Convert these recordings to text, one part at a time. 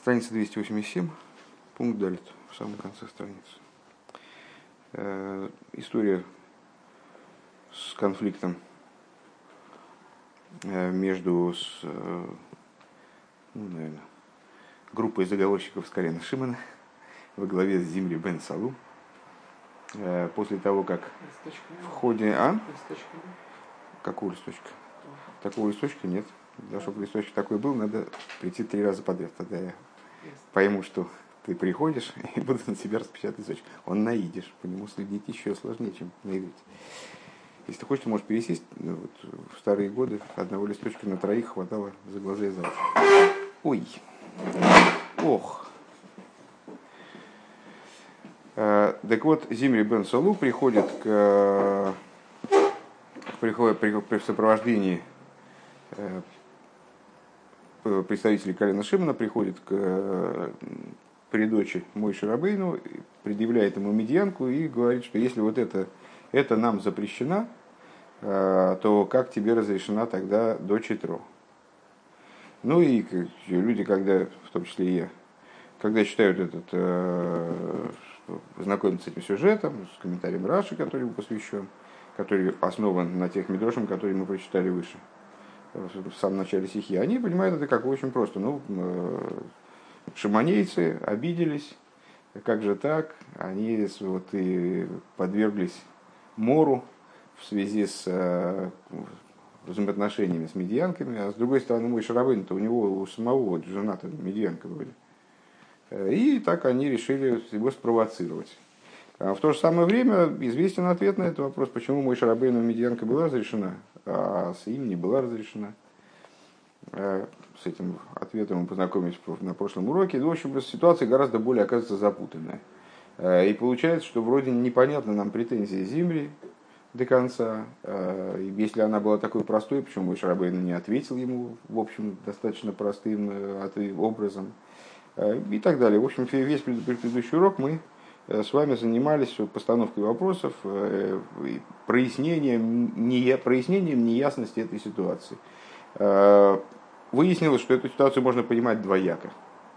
Страница 287, пункт Далит, в самом конце страницы. История с конфликтом между наверное, группой заговорщиков с колена Шимона во главе с Зимри бен Салу. После того, как в ходе... Какого листочка? Такого листочка нет. Для того, чтобы листочек такой был, надо прийти 3 раза подряд. Тогда я пойму, что ты приходишь, и буду на себя распечатать листочек. Он на идиш, по нему следить еще сложнее, чем на иврите. Если ты хочешь, ты можешь пересесть. Вот, в старые годы одного листочка на 3 хватало за глаза и за уши. Ой! Ох! Так вот, Зимри бен Салу приходит в сопровождении представителей колена Шимона, приходит при дочи Мойше Рабейну, предъявляет ему медьянку и говорит, что если вот это нам запрещено, то как тебе разрешена тогда дочь Итро? Ну и люди, когда, в том числе и я, когда читают знакомятся с этим сюжетом, с комментарием Раши, который ему посвящен, который основан на тех мидрашах, которые мы прочитали выше, в самом начале стихи, они понимают это как очень просто. Шимонейцы обиделись, как же так? Они и подверглись мору в связи с взаимоотношениями с медьянками, а с другой стороны, Мойше Рабейну-то у него у самого жена-то медьянка вроде. И так они решили его спровоцировать. В то же самое время известен ответ на этот вопрос, почему Мойше Рабейну медьянка была разрешена, а с им не была разрешена. С этим ответом мы познакомились на прошлом уроке. В общем, ситуация гораздо более, оказывается, запутанная. И получается, что вроде непонятна нам претензия Зимри до конца. Если она была такой простой, почему Мойше Рабейну не ответил ему, в общем, достаточно простым образом. И так далее. В общем, весь предыдущий урок мы с вами занимались постановкой вопросов, прояснением неясности этой ситуации. Выяснилось, что эту ситуацию можно понимать двояко.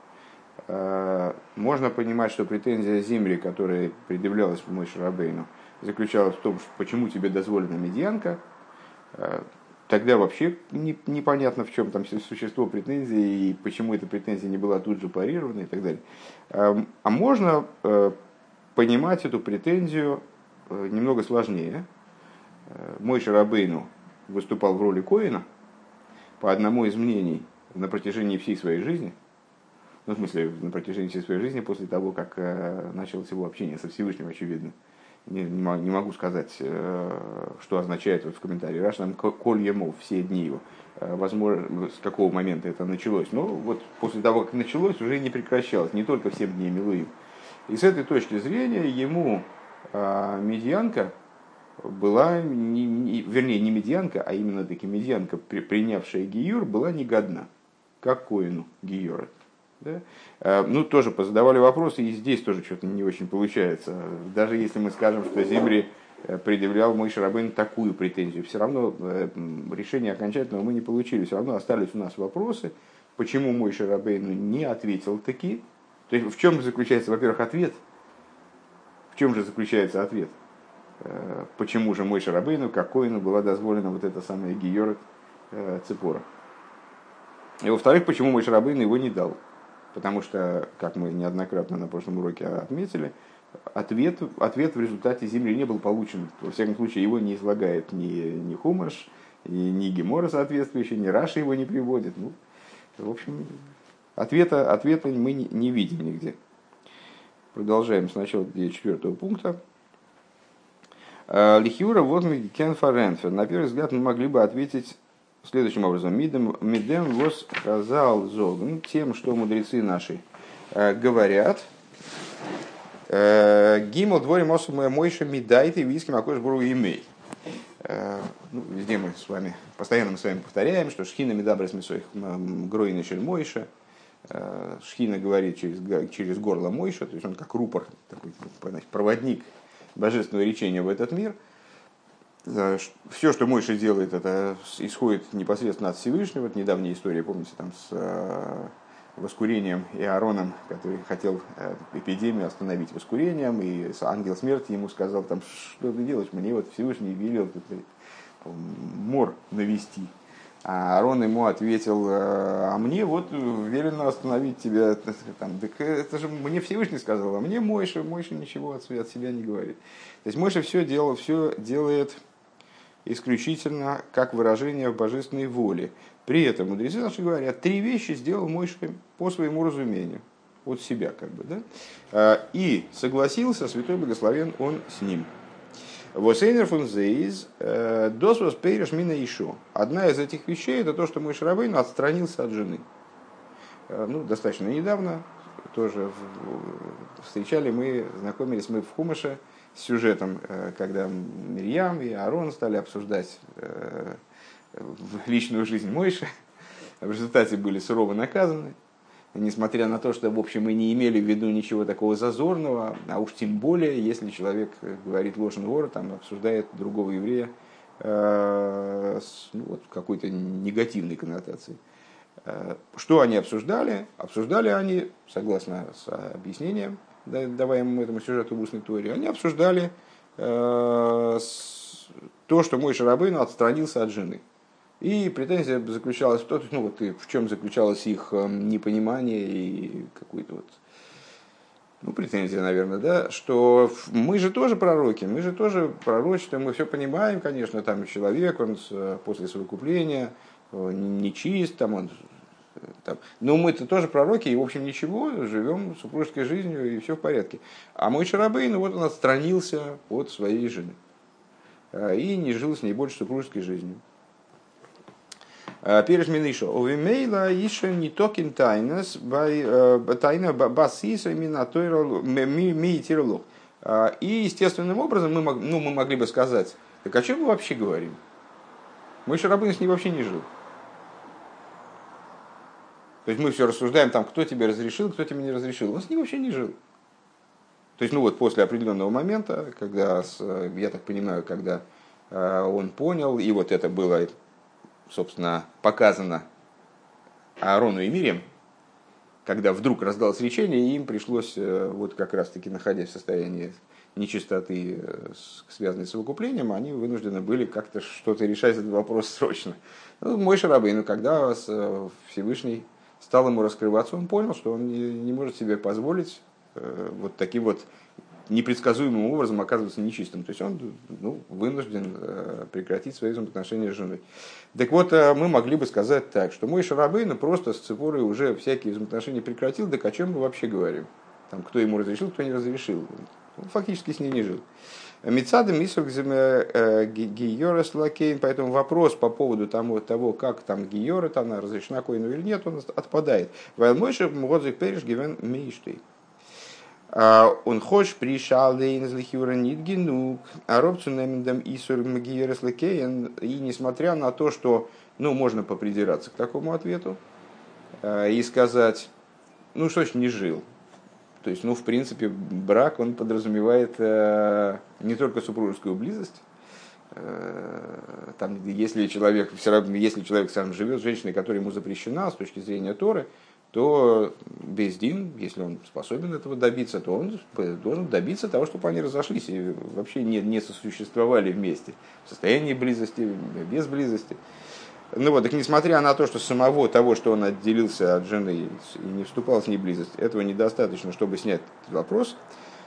Можно понимать, что претензия Зимри, которая предъявлялась Мойше Рабейну, заключалась в том, что почему тебе дозволена медьянка. Тогда вообще непонятно, в чем там существо претензии и почему эта претензия не была тут же парирована и так далее. А можно понимать эту претензию немного сложнее. Мойше Рабейну выступал в роли коэна по одному из мнений на протяжении всей своей жизни. Ну, в смысле, на протяжении всей своей жизни, после того, как началось его общение со Всевышним, очевидно. Не могу сказать, что означает в комментарии Раши, там коль ему, все дни его. Возможно, с какого момента это началось. Но вот после того, как началось, уже не прекращалось, не только всем дней Милуим. И с этой точки зрения ему медьянка была, вернее, не медьянка, а именно таки медьянка, принявшая гиюр, была негодна, как коэну гиюра. Да? Тоже позадавали вопросы, и здесь тоже что-то не очень получается. Даже если мы скажем, что Зимри предъявлял Мойше Рабейну такую претензию, все равно решения окончательного мы не получили. Все равно остались у нас вопросы, почему Мойше Рабейну не ответил таки. То есть в чем заключается, во-первых, ответ? В чем же заключается ответ? Почему же Мойше Рабейну, как коэну, была дозволена вот эта самая гиюрат ципора? И во-вторых, почему Мойше Рабейну его не дал? Потому что, как мы неоднократно на прошлом уроке отметили, ответ в результате Зимри не был получен. Во всяком случае, его не излагает ни Хумаш, ни Гемора соответствующий, ни Раши его не приводит. В общем, ответа мы не видим нигде. Продолжаем с начала 4 пункта. Лихиура вот кенфаренфер. На первый взгляд мы могли бы ответить следующим образом. Мидем вос хазал зогн, тем, что мудрецы наши говорят. Гимл дворим осума Мойше мидайты виским акош буру имей. Везде мы с вами постоянно повторяем, что Шхина мидабрес мисоих гроина шель Мойше. Шхина говорит через горло Мойше, то есть он как рупор, такой проводник божественного речения в этот мир. Все, что Мойше делает, это исходит непосредственно от Всевышнего. Это недавняя история, помните, там с воскурением и Аароном, который хотел эпидемию остановить воскурением, и ангел смерти ему сказал, там, что ты делаешь, мне вот Всевышний велел мор навести. А Аарон ему ответил, а мне вот велено остановить тебя. Там, так это же мне Всевышний сказал, а мне Мойша ничего от себя не говорит. То есть Мойша все делает исключительно как выражение божественной воли. При этом мудрецы наши говорят, 3 вещи сделал Мойша по своему разумению, от себя как бы, да? И согласился, святой благословен он с ним. Восейнер фун зейз дос воспейреш мина еще. Одна из этих вещей это то, что Мойше Рабейну отстранился от жены. Достаточно недавно тоже знакомились мы в Хумаше с сюжетом, когда Мирьям и Аарон стали обсуждать личную жизнь Мойше. В результате были сурово наказаны. Несмотря на то, что, в общем, мы не имели в виду ничего такого зазорного, а уж тем более, если человек говорит лошен вора, там, обсуждает другого еврея с какой-то негативной коннотацией. Что они обсуждали? Обсуждали они, согласно с объяснением, даваемому этому сюжету в устной Торе, они обсуждали то, что Мойше Рабейну отстранился от жены. И претензия заключалась в том, в чем заключалось их непонимание и какой-то претензия, наверное, да, что мы же тоже пророки, мы же тоже пророчествуем, мы все понимаем, конечно, там человек, он после совокупления нечист, но мы-то тоже пророки, и, в общем, ничего, живем супружеской жизнью, и все в порядке. А Мойше Рабейну, он отстранился от своей жены и не жил с ней больше супружеской жизнью. Переш минишо. Овимейла еще не токин тайнас тайна басиса именно миитирлох. И естественным образом мы могли бы сказать, так о чем мы вообще говорим? Мойше Рабейну с ней вообще не жил. То есть мы все рассуждаем, кто тебе разрешил, кто тебе не разрешил. Он с ним вообще не жил. То есть, после определенного момента, когда, я так понимаю, когда он понял, и вот это было, собственно, показано Аарону и Мирьям, когда вдруг раздалось речение, и им пришлось, как раз-таки находясь в состоянии нечистоты, связанной с совокуплением, они вынуждены были как-то что-то решать этот вопрос срочно. Мойше Рабейну, когда Всевышний стал ему раскрываться, он понял, что он не может себе позволить таким непредсказуемым образом оказываться нечистым. То есть он вынужден прекратить свои взаимоотношения с женой. Так вот, мы могли бы сказать так, что Мойше Рабейну просто с Ципорой уже всякие взаимоотношения прекратил, так о чем мы вообще говорим? Кто ему разрешил, кто не разрешил. Он фактически с ней не жил. Мицадом Исук Гиорес Лакейн, поэтому вопрос по поводу того, как там Гиора, она разрешена Коину или нет, он отпадает. Вайл Мойше Мгодзик Переш Гивен Мейштей. Он хочет пришал Дейн из Лихиура Нидгинук, а Робцу Немендам Исур Гиорес Лакейн, и несмотря на то, что можно попридираться к такому ответу и сказать, что ж не жил. То есть, в принципе, брак, он подразумевает не только супружескую близость. Если человек сам живет с женщиной, которая ему запрещена с точки зрения Торы, то бейс-дин, если он способен этого добиться, то он должен добиться того, чтобы они разошлись и вообще не сосуществовали вместе. В состоянии близости, без близости. Так несмотря на то, что самого того, что он отделился от жены и не вступал с ней в близость, этого недостаточно, чтобы снять этот вопрос,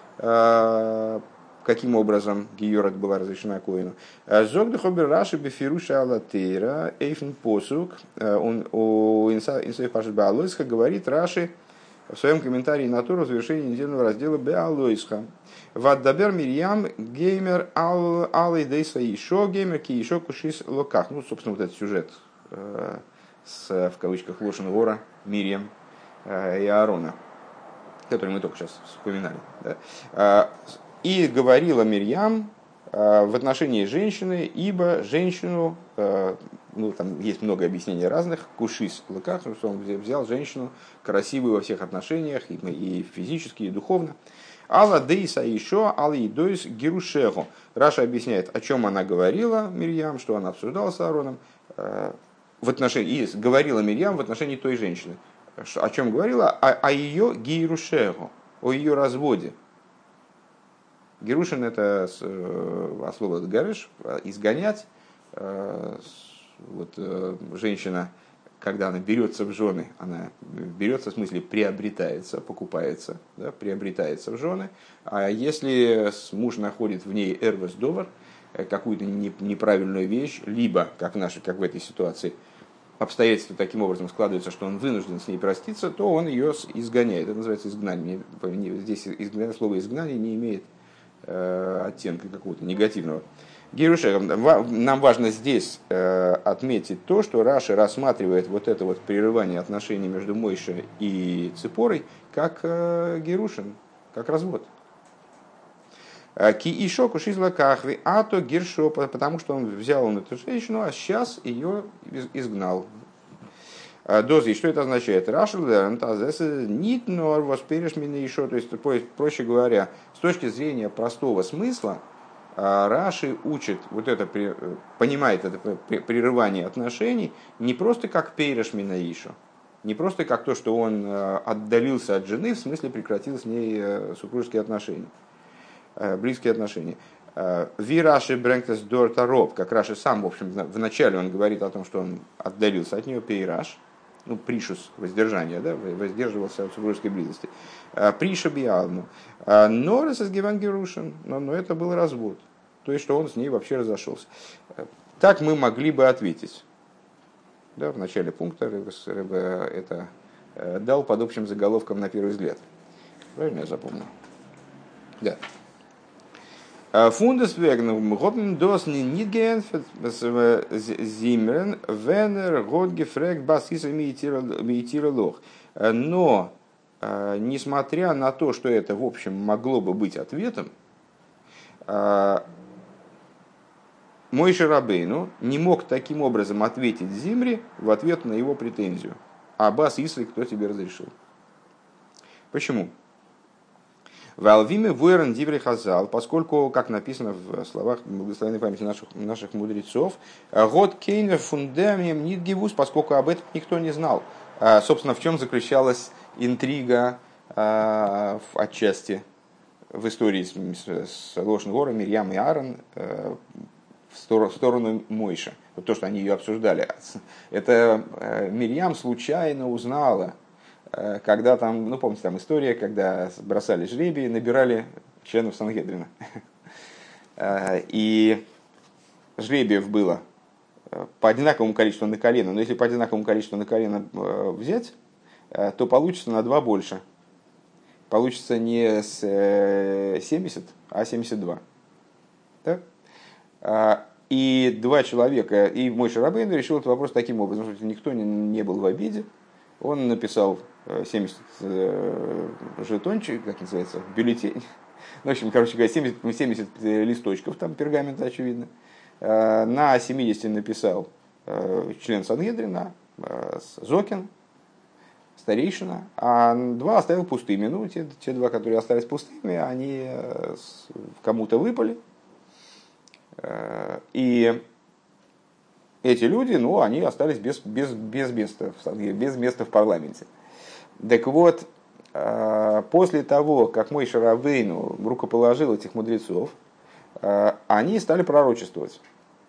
каким образом Гиорат была разрешена Коину. Зогдахобер Раши бефируша алатейра эйфн посук, он у Инсоев Пашет Беалойсха говорит Раши в своем комментарии на Тору в завершении недельного раздела Беалойсха. Ваддабер Мирьям геймер алый дейса еще геймер ки еще кушис локах. Собственно, этот сюжет в кавычках лошен вора Мирьям и Аарона, который мы только сейчас вспоминали. Да? И говорила Мирьям в отношении женщины, ибо женщину, там есть много объяснений разных, кушис локах, что он взял женщину красивую во всех отношениях, и физически, и духовно. Алла дейса еще, алла идойс герушеху. Раша объясняет, о чем она говорила, Мирьям, что она обсуждала с Аароном, говорила Мирьям в отношении той женщины. О чем говорила? О ее гейрушегу, о ее разводе. Герушин это от слова гарыш, изгонять. Вот женщина, когда она берется в жены, она берется, в смысле приобретается, покупается, да, приобретается в жены. А если муж находит в ней эрвес довар, какую-то неправильную вещь, либо, как в этой ситуации, обстоятельства таким образом складываются, что он вынужден с ней проститься, то он ее изгоняет. Это называется изгнание. Здесь слово изгнание не имеет оттенка какого-то негативного. Герушер, нам важно здесь отметить то, что Раши рассматривает вот это вот прерывание отношений между Мойше и Ципорой как герушин, как развод. Ки и шоку шизла кахви, а то гершо, потому что он взял эту женщину, а сейчас ее изгнал. Дози, что это означает? Раши нит нор воспереш меня еще, то есть, проще говоря, с точки зрения простого смысла, Раши учит вот это, понимает это прерывание отношений не просто как пейреш минаишу, не просто как то, что он отдалился от жены, в смысле прекратил с ней супружеские отношения, близкие отношения. Ви Раши брэнгтес дорта роб, как Раши сам, в общем, вначале он говорит о том, что он отдалился от нее, пейраш, пришус, воздержание, да, воздерживался от супружеской близости. Приша биалму. Норес из Гевангерушин, но это был развод. То есть, что он с ней вообще разошелся. Так мы могли бы ответить. Да, в начале пункта Ребе это дал под общим заголовком на первый взгляд. Правильно я запомнил? Да. Фундес вегн готн дос нит геэнфет зимрен венер год гефрэг бас иса миитира лох. Но, несмотря на то, что это, в общем, могло бы быть ответом, Мойше Рабейну не мог таким образом ответить Зимре в ответ на его претензию. А бас Ислы, кто тебе разрешил? Почему? Валвиме вуэрен диври хазал, поскольку, как написано в словах благословенной памяти наших мудрецов, год кейнер фундамием нит гивус, поскольку об этом никто не знал. Собственно, в чем заключалась интрига отчасти в истории с Лошен Гора, Мирьям и Аарон в сторону Мойши. Вот то, что они ее обсуждали. Это Мирьям случайно узнала, когда там, помните, там история, когда бросали жребий, набирали членов Сангедрина. И жребиев было по одинаковому количеству на колено. Но если по одинаковому количеству на колено взять, то получится на 2 больше. Получится не с 70, а 72. Так? И 2 человека, и Мойше Рабейну решил этот вопрос таким образом, что никто не был в обиде. Он написал 70 жетончиков, как называется, бюллетень. В общем, короче говоря, 70 листочков, там пергамента, очевидно. На 70 написал член Сангедрина, Зокин, старейшина, а 2 оставил пустыми. Те 2, которые остались пустыми, они кому-то выпали. И эти люди, они остались без места в парламенте. Так вот, после того, как Мойше Рабейну рукоположил этих мудрецов, они стали пророчествовать.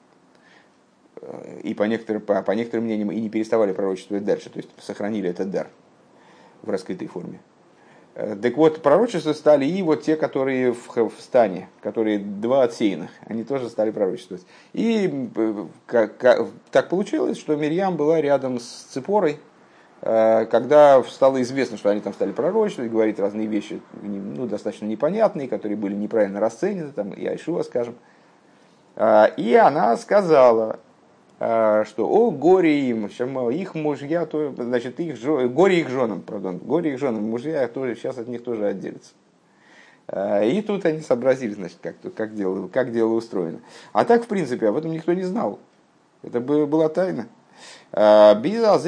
И по некоторым мнениям и не переставали пророчествовать дальше, то есть сохранили этот дар в раскрытой форме. Так вот, пророчества стали и вот те, которые в стане, которые 2 отсеянных, они тоже стали пророчествовать. И так получилось, что Мирьям была рядом с Ципорой, когда стало известно, что они там стали пророчествовать, говорить разные вещи достаточно непонятные, которые были неправильно расценены, там, и Айшуа, скажем. И она сказала, что горе им, их мужья, значит, горе их женам, мужья тоже, сейчас от них тоже отделятся. И тут они сообразили, значит, как дело устроено. А так, в принципе, об этом никто не знал. Это была тайна. Вплоть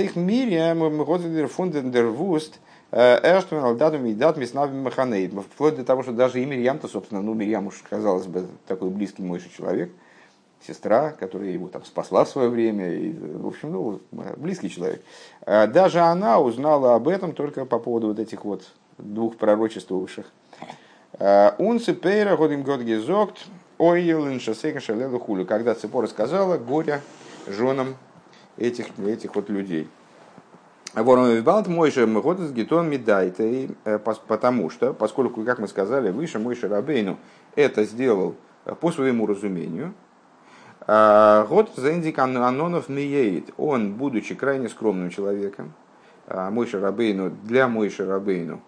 до того, что даже и Мирьям-то, собственно, Мирьям уж, казалось бы, такой близкий Мойше человек, сестра, которая его там спасла в свое время, и, в общем, ну, близкий человек. Даже она узнала об этом только по поводу вот этих вот двух пророчествовавших. «Унцы пейра годим год гезогт, ойелин шасейка шалелу хулю», когда Ципора сказала горе женам этих вот людей. Ворон вибалт Мойше мгодес гитон медайте, потому что, поскольку, как мы сказали, выше Мойше Рабейну это сделал по своему разумению, год зендик анонов миеет, он, будучи крайне скромным человеком, Мойше Рабейну, для Мойше Рабейну,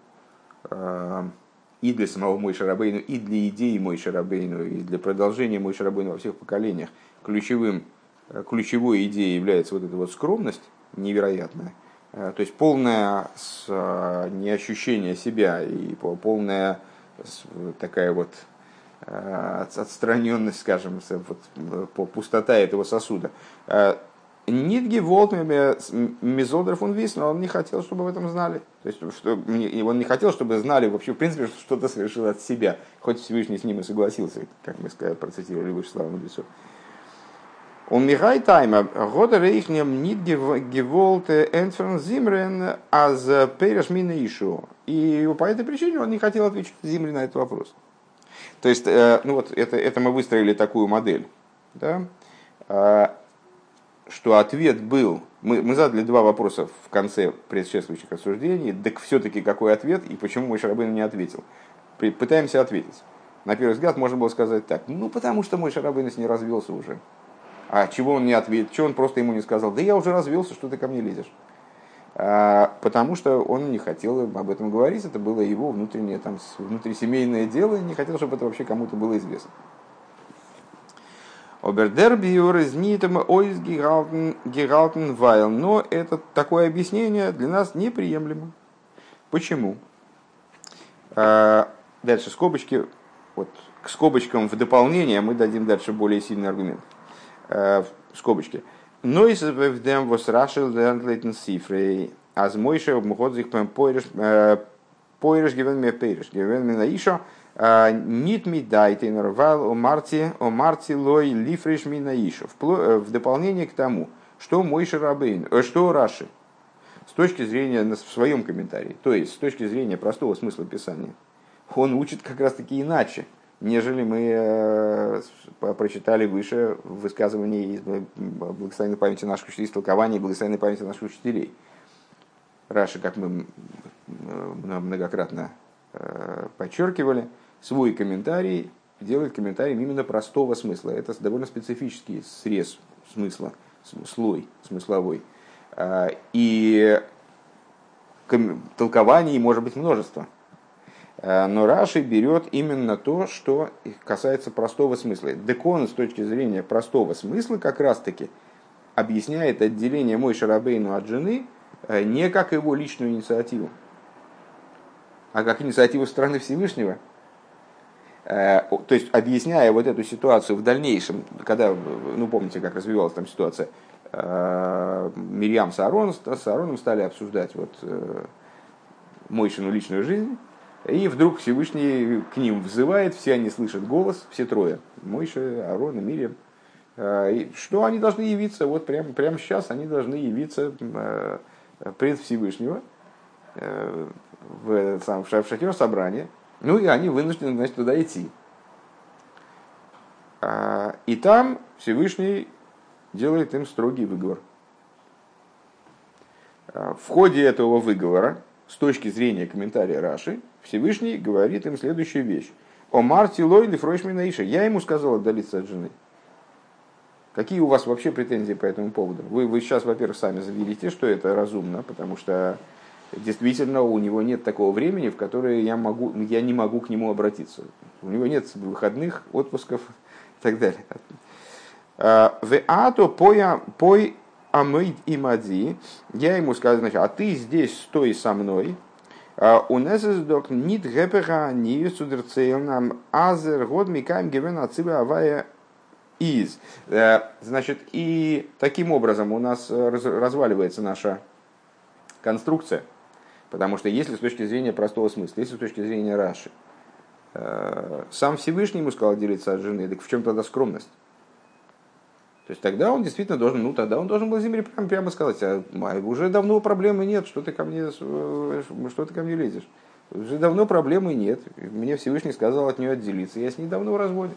и для самого Мойше Рабейну, и для идеи Мойше Рабейну, и для продолжения Мойше Рабейну во всех поколениях, ключевой идеей является вот эта вот скромность невероятная. То есть полное неощущение себя и полная такая вот отстраненность, скажем, вот, пустота этого сосуда. Нидги волтами Мизодер фон Висн, он не хотел, чтобы об этом знали. То есть, он не хотел, чтобы знали вообще, в принципе, что что-то совершил от себя. Хоть Всевышний с ним и согласился, как мы процитировали выше славу мудрецов. Он мигай тайма, года рейхнем нит геволте энферн зимрен аз переш мина ишу. И по этой причине он не хотел отвечать Зимре на этот вопрос. То есть, ну вот, это мы выстроили такую модель, да, что ответ был, мы задали два вопроса в конце предшествующих рассуждений, так все-таки какой ответ и почему Мойше Рабейну не ответил. Пытаемся ответить. На первый взгляд можно было сказать так, ну потому что Мойше Рабейну с ней развелся уже. А чего он не ответил? Чего он просто ему не сказал? Да я уже развелся, что ты ко мне лезешь? Потому что он не хотел об этом говорить. Это было его внутреннее, там, внутрисемейное дело. И не хотел, чтобы это вообще кому-то было известно. Обердербиор из нитом ойс гигалтен вайл. Но это такое объяснение для нас неприемлемо. Почему? Дальше скобочки. Вот, к скобочкам в дополнение мы дадим дальше более сильный аргумент. Скобочки. Но из вдем восрашил лендлейтен сифрей, аз Мойше мгодзих пойреш гивен мне пейреш гивен мне наишо нит ми дайте норвал о марти лой лифреш ми наишо. В дополнение к тому, что Мойше Рабейну, что Раши, с точки зрения в своем комментарии, то есть с точки зрения простого смысла писания, он учит как раз таки иначе, нежели мы прочитали выше в высказывании из благословенной памяти наших учителей, из толкований благословенной памяти наших учителей. Раши, как мы многократно подчеркивали, свой комментарий делает комментарием именно простого смысла. Это довольно специфический срез смысла, слой смысловой. И толкований может быть множество. Но Раши берет именно то, что касается простого смысла. Декон с точки зрения простого смысла как раз-таки объясняет отделение Мойше Рабейну от жены не как его личную инициативу, а как инициативу стороны Всевышнего. То есть, объясняя вот эту ситуацию в дальнейшем, когда, ну помните, как развивалась там ситуация, Мирьям с Аароном стали обсуждать вот Мойшину личную жизнь. И вдруг Всевышний к ним взывает, все они слышат голос, все трое, Мойше, Аарон и Мирьям, что они должны явиться, вот прямо сейчас они должны явиться пред Всевышнего в шатер собрания, ну и они вынуждены, значит, туда идти. И там Всевышний делает им строгий выговор. В ходе этого выговора, с точки зрения комментария Раши, Всевышний говорит им следующую вещь. О марти лой ли фройшмина иша. Я ему сказал отдалиться от жены. Какие у вас вообще претензии по этому поводу? Вы сейчас, во-первых, сами заявите, что это разумно, потому что действительно у него нет такого времени, в которое я не могу к нему обратиться. У него нет выходных, отпусков и так далее. Веато пой амыд имади. Я ему сказал, значит, а ты здесь стой со мной. У нас док нит гепеха не судерцейлнам азер год микаем гевен ацива авая из. Значит, и таким образом у нас разваливается наша конструкция. Потому что если с точки зрения простого смысла, если с точки зрения Раши, сам Всевышний ему сказал делиться от жены, так в чем тогда скромность? То есть тогда он действительно должен, тогда он должен был Зимри прямо сказать, уже давно проблемы нет, что ты ко мне лезешь? Уже давно проблемы нет. Мне Всевышний сказал от нее отделиться. Я с ней давно в разводе.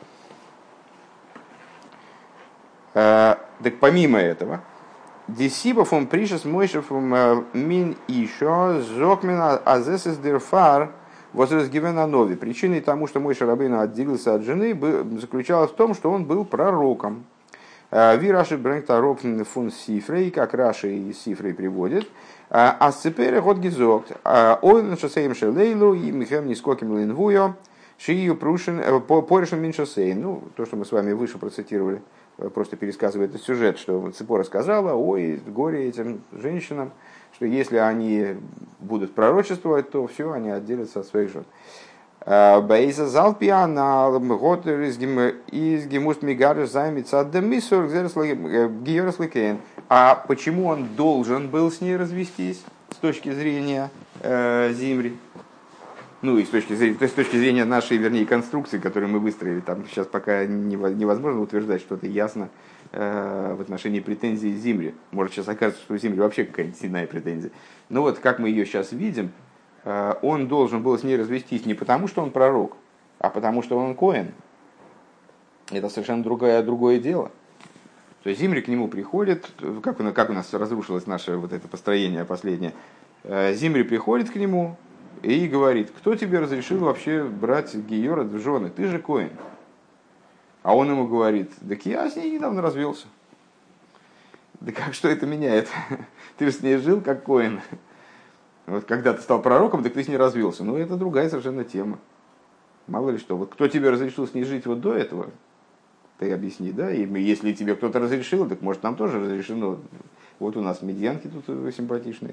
Так помимо этого, Десибов он пришес Мойшев мин еще зокмина азесес дерфар возразгивена нови. Причиной тому, что Мойша Рабейну отделился от жены, заключалась в том, что он был пророком. Ви Раши Брэнкта Ропн фун Сифрей, как Раши из Сифрей приводит. А сцепере год гизокт. Ойлен шосеем шелейлу и михем нискоким линвуё. Шию прушен порешен миншосейн. Ну, то, что мы с вами выше процитировали, просто пересказывает этот сюжет, что Ципора сказала: ой, горе этим женщинам, что если они будут пророчествовать, то все, они отделятся от своих жен. Бейза залпиана год из гемуст мигариш займется демисур гиерсликен. А почему он должен был с ней развестись с точки зрения Зимри? Ну и с точки зрения нашей, вернее, конструкции, которую мы выстроили. Там сейчас пока невозможно утверждать что-то ясно в отношении претензий Зимри. Может, сейчас окажется, что у Зимри вообще какая-нибудь иная претензия. Но вот как мы ее сейчас видим, он должен был с ней развестись не потому, что он пророк, а потому, что он коэн. Это совершенно другое дело. То есть Зимри к нему приходит, как у нас разрушилось наше вот это построение последнее. Зимри приходит к нему и говорит: кто тебе разрешил вообще брать Геора в жены? Ты же коэн. А он ему говорит: так я с ней недавно развелся. Да как, что это меняет? Ты же с ней жил как коэн. Вот когда ты стал пророком, так ты с ней развелся. Ну, это другая совершенно тема. Мало ли что. Вот кто тебе разрешил с ней жить вот до этого, ты объясни, да? И если тебе кто-то разрешил, так может нам тоже разрешено. Вот у нас медьянки тут симпатичные.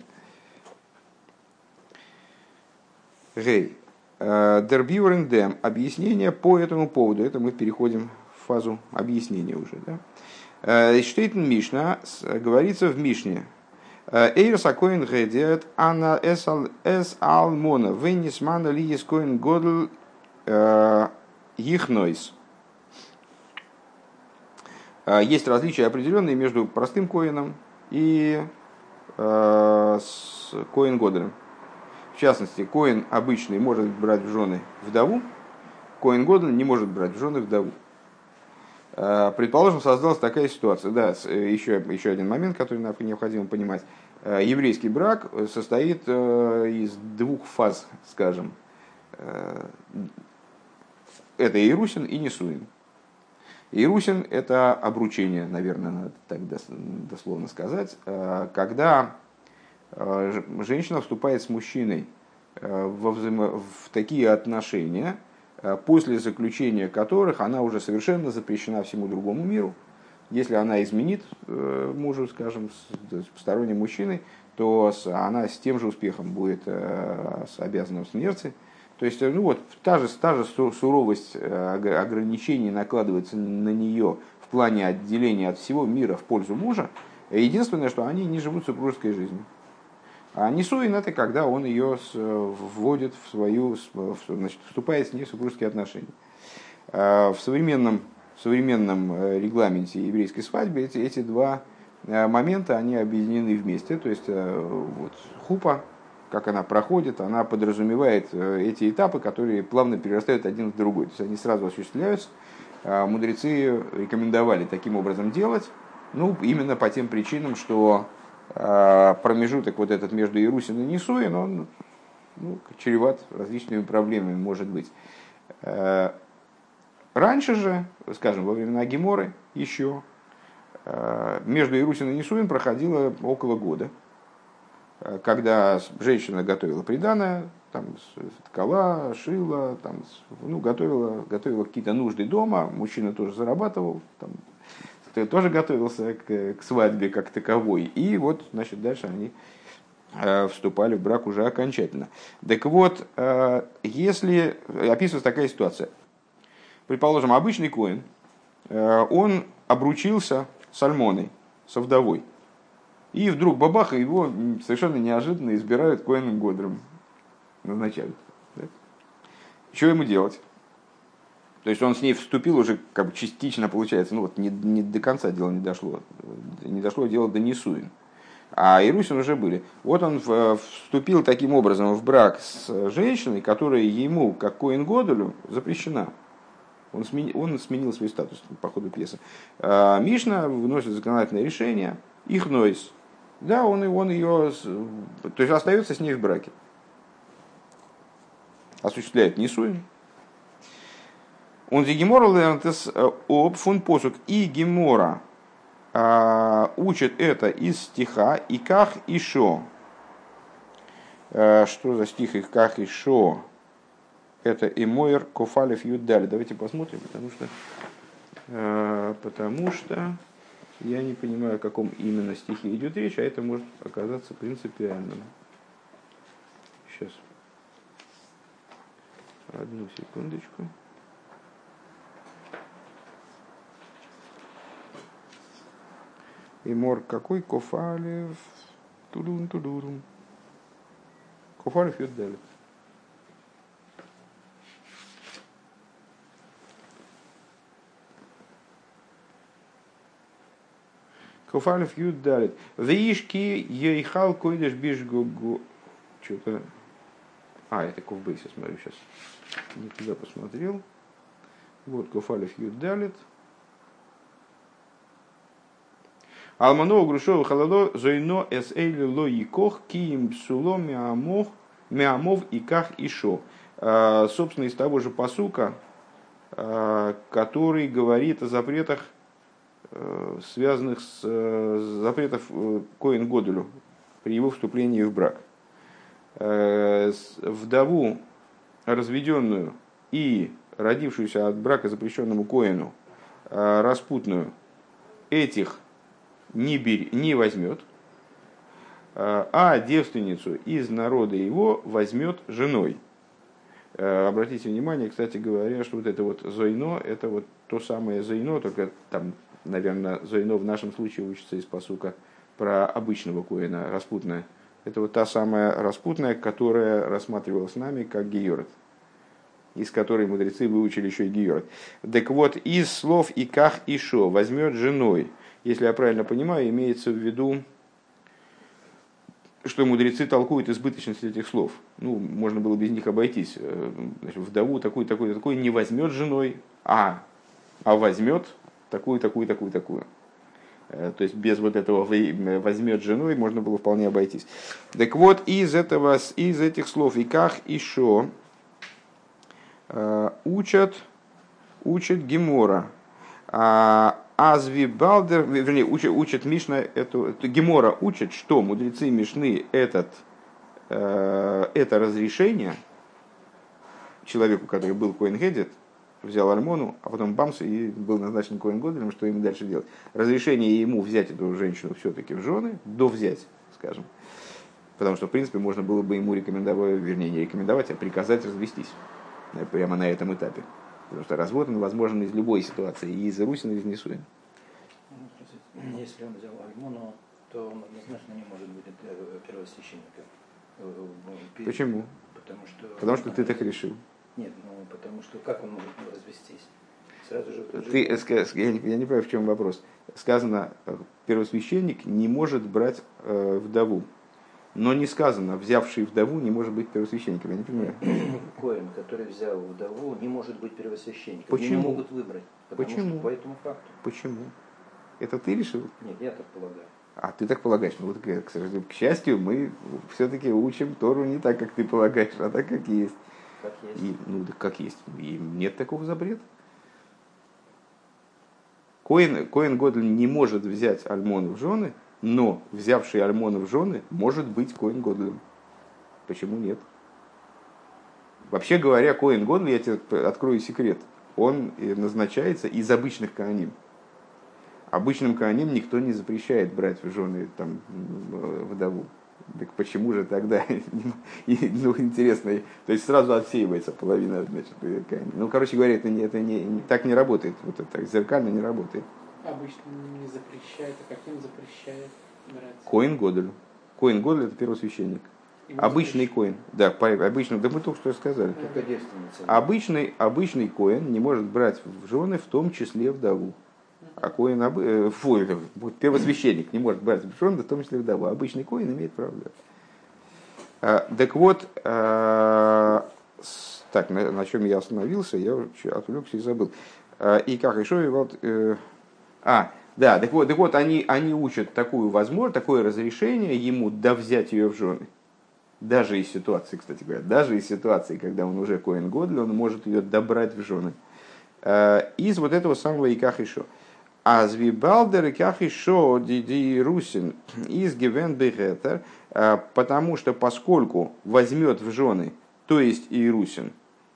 Гей. Дербьюрендем. Объяснение по этому поводу. Это мы переходим в фазу объяснения уже. Да? Штейтен Мишна. Говорится в Мишне. Эйрс акоин гедет ана эс алмона венисмана ли есть коин годл ихнойс. Есть различия определенные между простым коином и с коин годлем. В частности, коин обычный может брать в жены вдову, коин годль не может брать в жены вдову. Предположим, создалась такая ситуация. Да, еще один момент, который необходимо понимать. Еврейский брак состоит из двух фаз, скажем. Это Ирусин и Несуин. Ирусин – это обручение, наверное, надо так дословно сказать. Когда женщина вступает с мужчиной в такие отношения, после заключения которых она уже совершенно запрещена всему другому миру. Если она изменит мужу, скажем, с посторонним мужчиной, то она с тем же успехом будет обязана в смерти. То есть, та же суровость ограничений накладывается на нее в плане отделения от всего мира в пользу мужа. Единственное, что они не живут супружеской жизнью. А несуин — это когда он ее вводит в свою, значит, вступает с ней в супружеские отношения. В современном регламенте еврейской свадьбы эти два момента они объединены вместе. То есть вот, хупа, как она проходит, она подразумевает эти этапы, которые плавно перерастают один в другой. То есть они сразу осуществляются. Мудрецы рекомендовали таким образом делать, именно по тем причинам, что промежуток вот этот между Ирусин и Несуин, он чреват различными проблемами, может быть. Раньше же, скажем, во времена Геморы еще, между Ирусин и Несуин проходило около года, когда женщина готовила приданое, там, ткала, шила, там, готовила какие-то нужды дома, мужчина тоже зарабатывал, там, тоже готовился к свадьбе как таковой. И вот, значит, дальше они вступали в брак уже окончательно. Так вот, если описывается такая ситуация, предположим, обычный коэн, он обручился с альмоной, со вдовой, и вдруг бабаха его совершенно неожиданно избирают коэном годром, назначают. Да? Что ему делать? То есть он с ней вступил уже как бы частично, получается, ну вот не до конца дело не дошло дело до Нисуин. А Ирусин уже были. Вот он вступил таким образом в брак с женщиной, которая ему, как Коэн Годолю, запрещена. Он сменил свой статус по ходу пьесы. Мишна выносит законодательное решение, их нойс. Да, он ее, то есть остается с ней в браке. Осуществляет Нисуин. Он ди Гемора лернтес об фун посук и Гемора учит это из стиха «Иках и шо». Что за стих «Иках и шо»? Это «Эмойр кофалев юдали». Давайте посмотрим, потому что я не понимаю, о каком именно стихе идет речь, а это может оказаться принципиальным. Сейчас. Одну секундочку. Эмор какой? Кофалев. Тудун. Кофалев юдали. Кофалев юдали. Вишки ейхал койдеш бишгугу. Что-то... это ковбейс, я смотрю сейчас. Не туда посмотрел. Вот Кофалев юдалит. Алмано грушово халало зойно эс эйли ло якох киим псуло миамов иках ишо. Собственно, из того же пасука, который говорит о запретах, связанных с запретов Коэн Годулю при его вступлении в брак. Вдову, разведенную и родившуюся от брака запрещенному Коэну, распутную, этих не возьмет, а девственницу из народа его возьмет женой. Обратите внимание, кстати говоря, что вот это вот зойно, это вот то самое зойно, только там, наверное, зойно в нашем случае учится из пасука про обычного коэна, распутная. Это вот та самая распутная, которая рассматривалась нами как георет, из которой мудрецы выучили еще и георет. Так вот, из слов «иках и шо» возьмет женой. Если я правильно понимаю, имеется в виду, что мудрецы толкуют избыточность этих слов. Ну, можно было без них обойтись. Значит, вдову такую не возьмет женой, а возьмет такую. То есть без вот этого возьмет женой можно было вполне обойтись. Так вот, из этих слов «иках и шо» учат Гемора. Азви Балдер, вернее, учит Мишна, Гемора учит, что мудрецы Мишны это разрешение человеку, который был Коэн Гедет, взял альмону, а потом бамс и был назначен Коэн Годелем, что ему дальше делать. Разрешение ему взять эту женщину все-таки в жены, довзять, скажем. Потому что, в принципе, можно было бы ему рекомендовать, вернее, не рекомендовать, а приказать развестись прямо на этом этапе. Потому что развод он возможен из любой ситуации, и из Русина, и из Нисуин. Если он взял альмону, то он однозначно не может быть первосвященником. Почему? Потому что ты так решил. Нет, потому что как он может развестись? Сразу же я не понимаю, в чем вопрос. Сказано, первосвященник не может брать вдову. Но не сказано, взявший вдову не может быть первосвященником. Я не понимаю. Коэн, который взял вдову, не может быть первосвященником. Почему? Его не могут выбрать. Почему? Что по этому факту. Почему? Это ты решил? Нет, я так полагаю. А ты так полагаешь? Ну, вот, к счастью, мы все-таки учим Тору не так, как ты полагаешь, а так, как есть. Как есть. Как есть. И нет такого запрета. Коэн Годель не может взять альмону в жены, но взявший альмону в жены может быть Коэн Годелем. Почему нет? Вообще говоря, Коэн Годель, я тебе открою секрет, он назначается из обычных коаним. Обычным коаним никто не запрещает брать в жены там, вдову. Так почему же тогда? Интересно. То есть сразу отсеивается половина, значит, коаним. Ну, короче говоря, так не работает. Вот это так зеркально не работает. Обычно не запрещает, а каким запрещает брать? Коэн Годель. Коэн Годель — это первосвященник. Обычный коин, да, обычный, да мы только что сказали. Только девственница. Обычный коин не может брать в жены, в том числе вдову. А коин, первосвященник не может брать в жены, в том числе вдову. Обычный коин имеет право. Так вот, так, на чем я остановился, я отвлекся и забыл. И как еще, вот, да, так вот они учат такую возможность, такое разрешение ему взять ее в жены. Даже из ситуации, кстати говоря, даже из ситуации, когда он уже коэн годли, он может ее добрать в жены. Из вот этого самого иках еще. А звибалдер иках еще ди русин из гивен бегетер, потому что поскольку возьмет в жены, то есть и русин,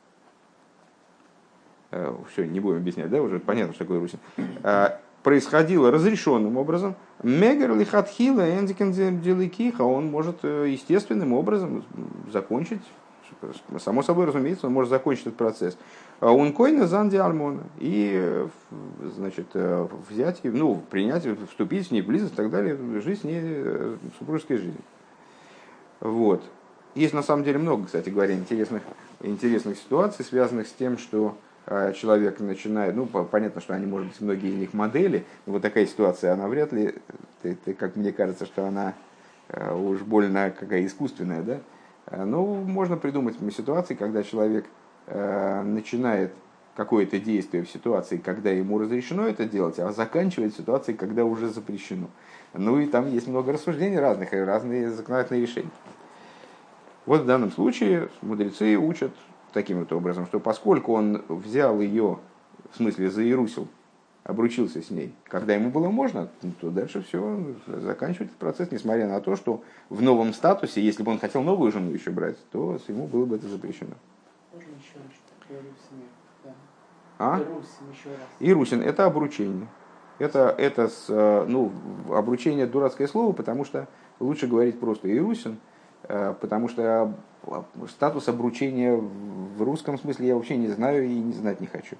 все, не будем объяснять, да, уже понятно, что такое русин, происходило разрешенным образом, мегер лихатхила эндикен деликиха, он может естественным образом закончить, само собой разумеется, он может закончить этот процесс. Он койна занди альмона, и, значит, взять, ну, принять, вступить с ней в близость и так далее, жить с ней супружеской жизнью. Вот. Есть на самом деле много, кстати говоря, интересных ситуаций, связанных с тем, что человек начинает, ну, понятно, что они, может быть, многие из них модели, но вот такая ситуация, она вряд ли, как мне кажется, что она уж больно какая искусственная, да? Но можно придумать ситуации, когда человек начинает какое-то действие в ситуации, когда ему разрешено это делать, а заканчивает ситуацией, когда уже запрещено. Ну и там есть много рассуждений разных, и разные законодательные решения. Вот в данном случае мудрецы учат таким вот образом, что поскольку он взял ее, в смысле заирусил, обручился с ней, когда ему было можно, то дальше все, заканчивает этот процесс, несмотря на то, что в новом статусе, если бы он хотел новую жену еще брать, то ему было бы это запрещено. Можно еще раз, что такое русин? Да. Русин еще раз. Ирусин — это обручение. Это обручение — дурацкое слово, потому что лучше говорить просто ирусин, потому что статус обручения в русском смысле я вообще не знаю и не знать не хочу.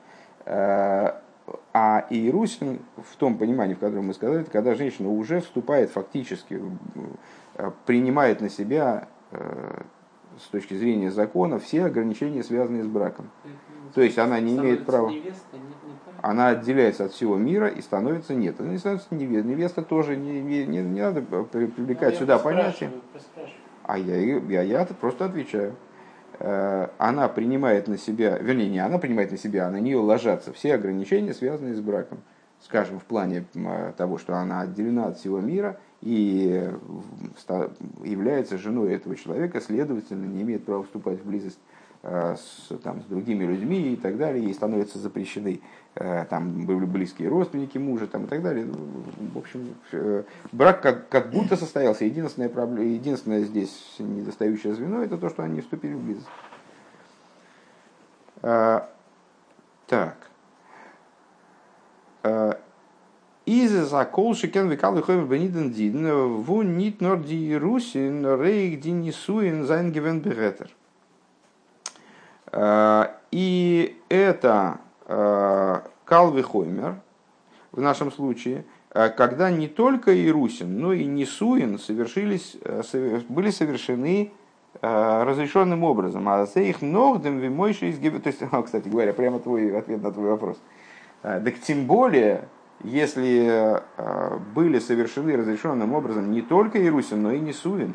А ирусин, в том понимании, в котором мы сказали, это когда женщина уже вступает фактически, принимает на себя с точки зрения закона все ограничения, связанные с браком. То есть она не имеет права, она отделяется от всего мира и становится нет. Она не становится невестой. Невеста тоже не надо привлекать сюда понятия. А я просто отвечаю. Она принимает на себя, вернее, не она принимает на себя, а на нее ложатся все ограничения, связанные с браком. Скажем, в плане того, что она отделена от всего мира и является женой этого человека, следовательно, не имеет права вступать в близость с другими людьми и так далее, ей становятся запрещены там, близкие родственники мужа там, и так далее. В общем, брак как будто состоялся. Единственное здесь недостающее звено — это то, что они не вступили в близость. Так. Из закол шикен викал виховен бениден диден вун нит нор ди русин рейк ди нисуин зайн гивен беретер. И это калвы хоймер в нашем случае, когда не только ирусин, но и нисуин были совершены разрешенным образом. А за их ногдем вы мойши из гибет. То есть, кстати говоря, прямо твой ответ на твой вопрос. Так тем более, если были совершены разрешенным образом не только ирусин, но и нисуин.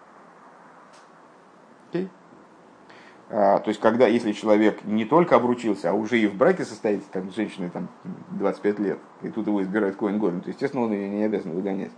Окей? То есть, если человек не только обручился, а уже и в браке состоит с женщиной 25 лет, и тут его избирают коэн годом, то, естественно, он ее не обязан выгонять.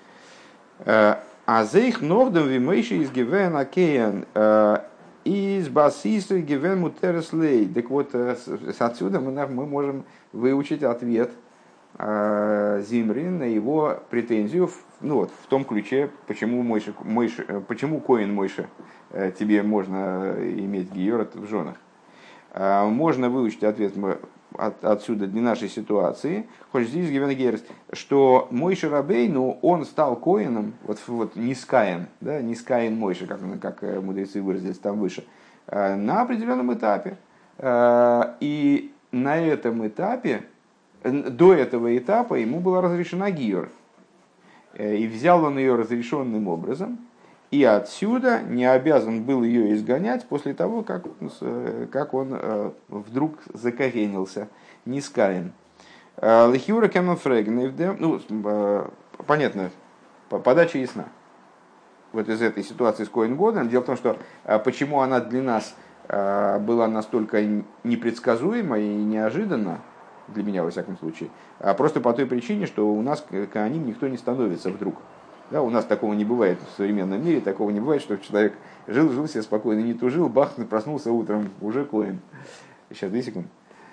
А за их нордом вимейши из гивен акеян из басису гивен мутереслей. Так вот, отсюда мы можем выучить ответ Зимри на его претензию в том ключе, почему коэн Мойше тебе можно иметь гиорот в женах. Можно выучить ответ отсюда для нашей ситуации, хоть здесь Гевен, что Мойше Рабейну, он стал коэном, вот нискаен, да, нискаен Мойше, как мудрецы выразились там выше, на определенном этапе. И на этом этапе, до этого этапа ему была разрешена гиор. И взял он ее разрешенным образом. И отсюда не обязан был ее изгонять после того, как он вдруг закоренился, нискаен. Лехиура кемафрегневде, ну, понятно, подача ясна. Вот из этой ситуации с Коэн Годом. Дело в том, что почему она для нас была настолько непредсказуема и неожиданна, для меня во всяком случае, просто по той причине, что у нас коаним никто не становится вдруг. Да, у нас такого не бывает в современном мире, такого не бывает, что человек жил себе спокойно, не тужил, бах, проснулся утром, уже коэн. Сейчас, 2 секунды.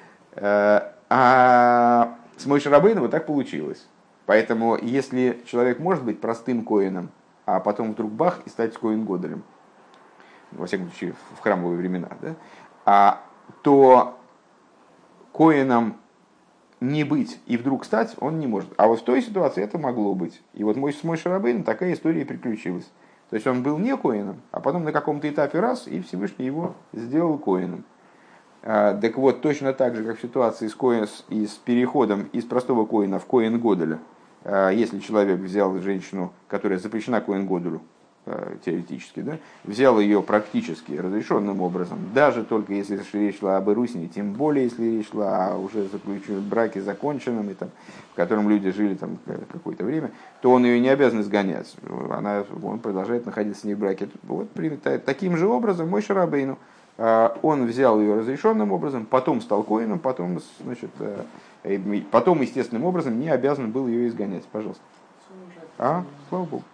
А с Моше Рабейну вот так получилось. Поэтому, если человек может быть простым коэном, а потом вдруг бах и стать коэн Годолем, во всяком случае в храмовые времена, да, то коэном не быть и вдруг стать он не может. А вот в той ситуации это могло быть. И вот с Моше Рабейном такая история и приключилась. То есть он был не коэном, а потом на каком-то этапе раз, и Всевышний его сделал коэном. Так вот, точно так же, как в ситуации с переходом из простого коэна в коэн Годоля, если человек взял женщину, которая запрещена коэн Годолю, теоретически, да, взял ее практически разрешенным образом, даже только если речь шла об Ирусине, тем более если речь шла о уже браке законченном, и, там, в котором люди жили там, какое-то время, то он ее не обязан изгонять. Он продолжает находиться с ней в браке. Вот, таким же образом Моше Рабейну, он взял ее разрешенным образом, потом стал коэном, потом, значит, потом естественным образом не обязан был ее изгонять. Пожалуйста. Слава Богу.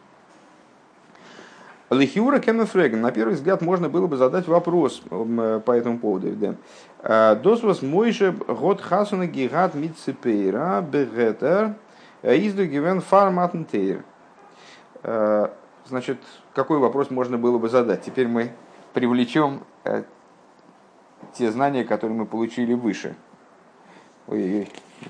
Лихиура кемафреген. На первый взгляд можно было бы задать вопрос по этому поводу. Досвас Мойше год хасуна гигат митцепейра бегетер изду гивен фарматнтейр. Значит, какой вопрос можно было бы задать? Теперь мы привлечем те знания, которые мы получили выше. Ой-ой-ой.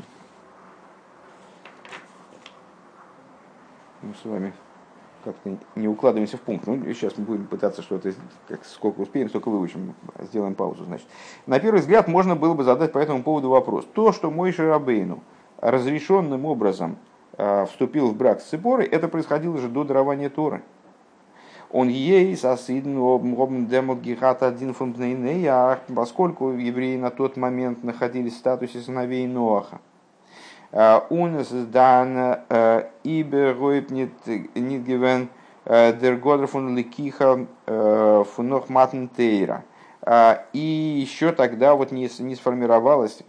Мы с вами как-то не укладываемся в пункт. Ну, сейчас мы будем пытаться что-то, сколько успеем, столько выучим. Сделаем паузу, значит. На первый взгляд можно было бы задать по этому поводу вопрос. То, что Моше Рабейну разрешенным образом вступил в брак с Ципорой, это происходило же до дарования Торы. Он ей сосидн демот гихат один фунтнейнеях, поскольку евреи на тот момент находились в статусе сыновей Ноаха. Унес дан иберойп нит гивен дер годер фун ликиха фунох матнтейра. И еще тогда вот не сформировалось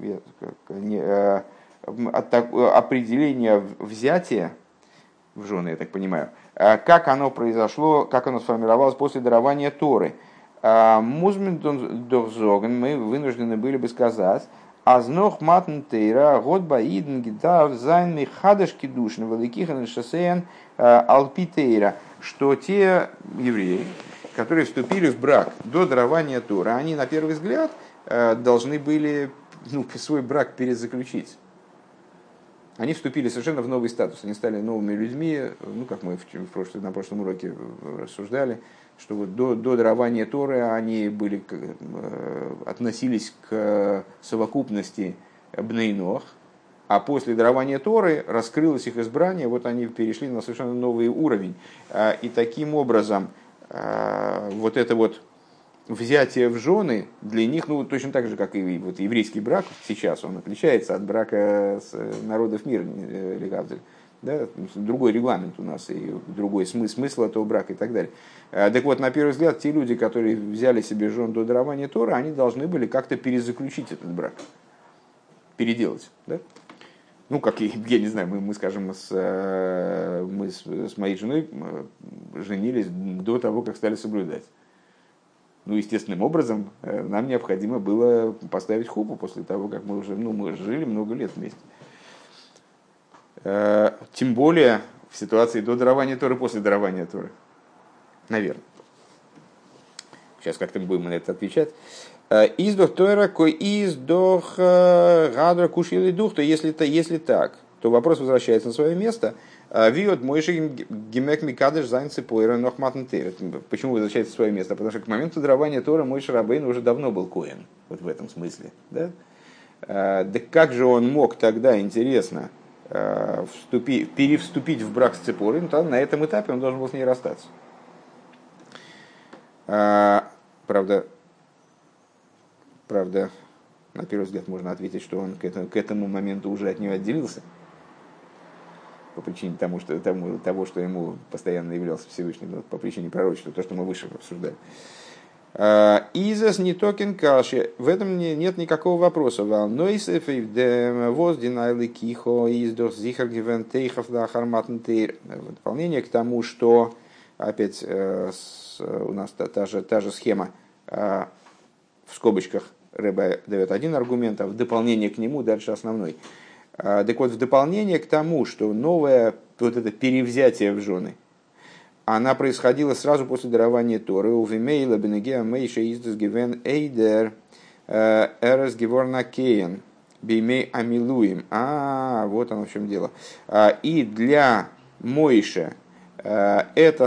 определение взятия в жены, я так понимаю, как оно произошло, как оно сформировалось после дарования Торы. Музмин дорзоген, мы вынуждены были бы сказать, азнох матнтейра год баидн гитар зайн михадаш кидушн великихан шосеен алпитейра, что те евреи, которые вступили в брак до дарования Торы, они на первый взгляд должны были свой брак перезаключить. Они вступили совершенно в новый статус, они стали новыми людьми, как мы на прошлом уроке рассуждали, что вот до дарования Торы они относились к совокупности Бней Ноах, а после дарования Торы раскрылось их избрание, вот они перешли на совершенно новый уровень. И таким образом вот это вот взятие в жены для них, точно так же, как и вот еврейский брак сейчас, он отличается от брака с народов мира, да? Другой регламент у нас и другой смысл этого брака и так далее. Так вот, на первый взгляд, те люди, которые взяли себе жен до дарования Торы, они должны были как-то перезаключить этот брак, переделать, да? Как я не знаю, мы скажем, мы с моей женой женились до того, как стали соблюдать. Естественным образом нам необходимо было поставить хупу после того, как мы уже мы жили много лет вместе. Тем более в ситуации до дарования Торы, после дарования Торы. Наверное. Сейчас как-то будем на это отвечать. Издох Тора, кой издох гадра кушили дух, то если так, то вопрос возвращается на свое место. Виот Мойши гимек микадыш зайнцы пойра нохматнтейр. Почему возвращается на свое место? Потому что к моменту дарования Торы Моше Рабейну уже давно был коэн. Вот в этом смысле. Да? Да как же он мог тогда, интересно, перевступить в брак с Ципорой? На этом этапе он должен был с ней расстаться. Правда, на первый взгляд можно ответить, что он к этому моменту уже от нее отделился, по причине того, что ему постоянно являлся Всевышний, по причине пророчества, то, что мы выше обсуждали. Изас не токен каши, в этом нет никакого вопроса. Дополнение к тому, что опять у нас та же схема, в скобочках Ребе дает один аргумент, а в дополнение к нему дальше основной. Так вот, в дополнение к тому, что новое вот это перевзятие в жены, она происходила сразу после дарования Торы. Увимейла бенегеа мейша издус гивен эйдер эрес геворна кейн беймей амилуим. Вот оно в чем дело. И для Мойше это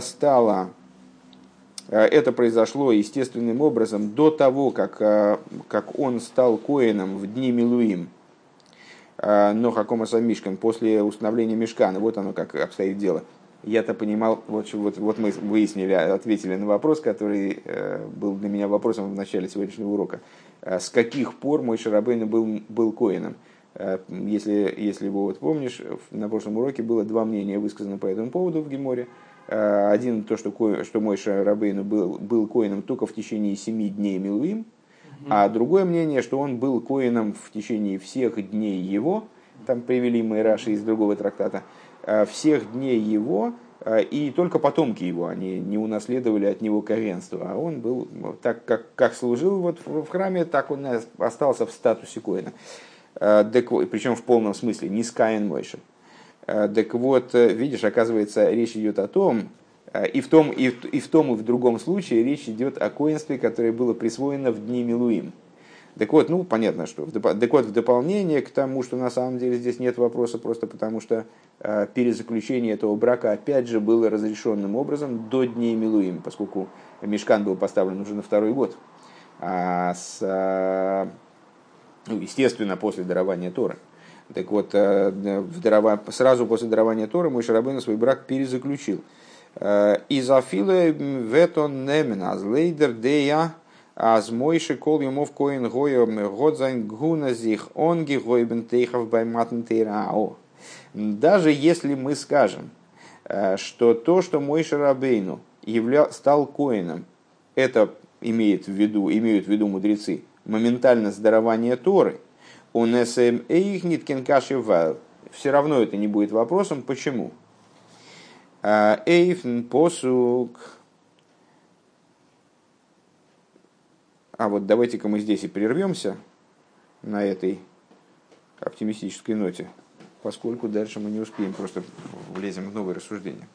произошло естественным образом до того, как он стал коэном в дни Милуим, но Хакома Самишкан, после установления Мишкана. Вот оно как обстоит дело. Я-то понимал, вот мы выяснили, ответили на вопрос, который был для меня вопросом в начале сегодняшнего урока. С каких пор Мойше Рабейну был коэном? Если вы вот помнишь, на прошлом уроке было два мнения высказано по этому поводу в Геморе. Один, то, что Мойше Рабейну был коэном только в течение 7 дней Милуим, а другое мнение, что он был коэном в течение всех дней его, там привели мы Раши из другого трактата, всех дней его, и только потомки его, они не унаследовали от него коэнство, а он был, так как служил вот в храме, так он остался в статусе коэна. Причем в полном смысле, не с Каин Мойше. Так вот, видишь, оказывается, речь идет о том, и в том, и в другом случае речь идет о коэнстве, которое было присвоено в дни Милуим. Так вот, понятно, что в дополнение к тому, что на самом деле здесь нет вопроса, просто потому что перезаключение этого брака опять же было разрешенным образом до дней Милуим, поскольку Мишкан был поставлен уже на второй год, естественно, после дарования Торы. Так вот, сразу после дарования Торы Мойше Рабейну свой брак перезаключил. Изафиле ветон немен аз лейдер дея аз Мойше кол юмов коин гойо годзайн гуназих онги гойбен тейхав байматн тейрао. Даже если мы скажем, что то, что Мойше Рабейну стал коином, это имеют в виду мудрецы, моментально с дарования Торы, все равно это не будет вопросом. Почему? Посук. Вот давайте-ка мы здесь и прервемся на этой оптимистической ноте, поскольку дальше мы не успеем, просто влезем в новые рассуждения.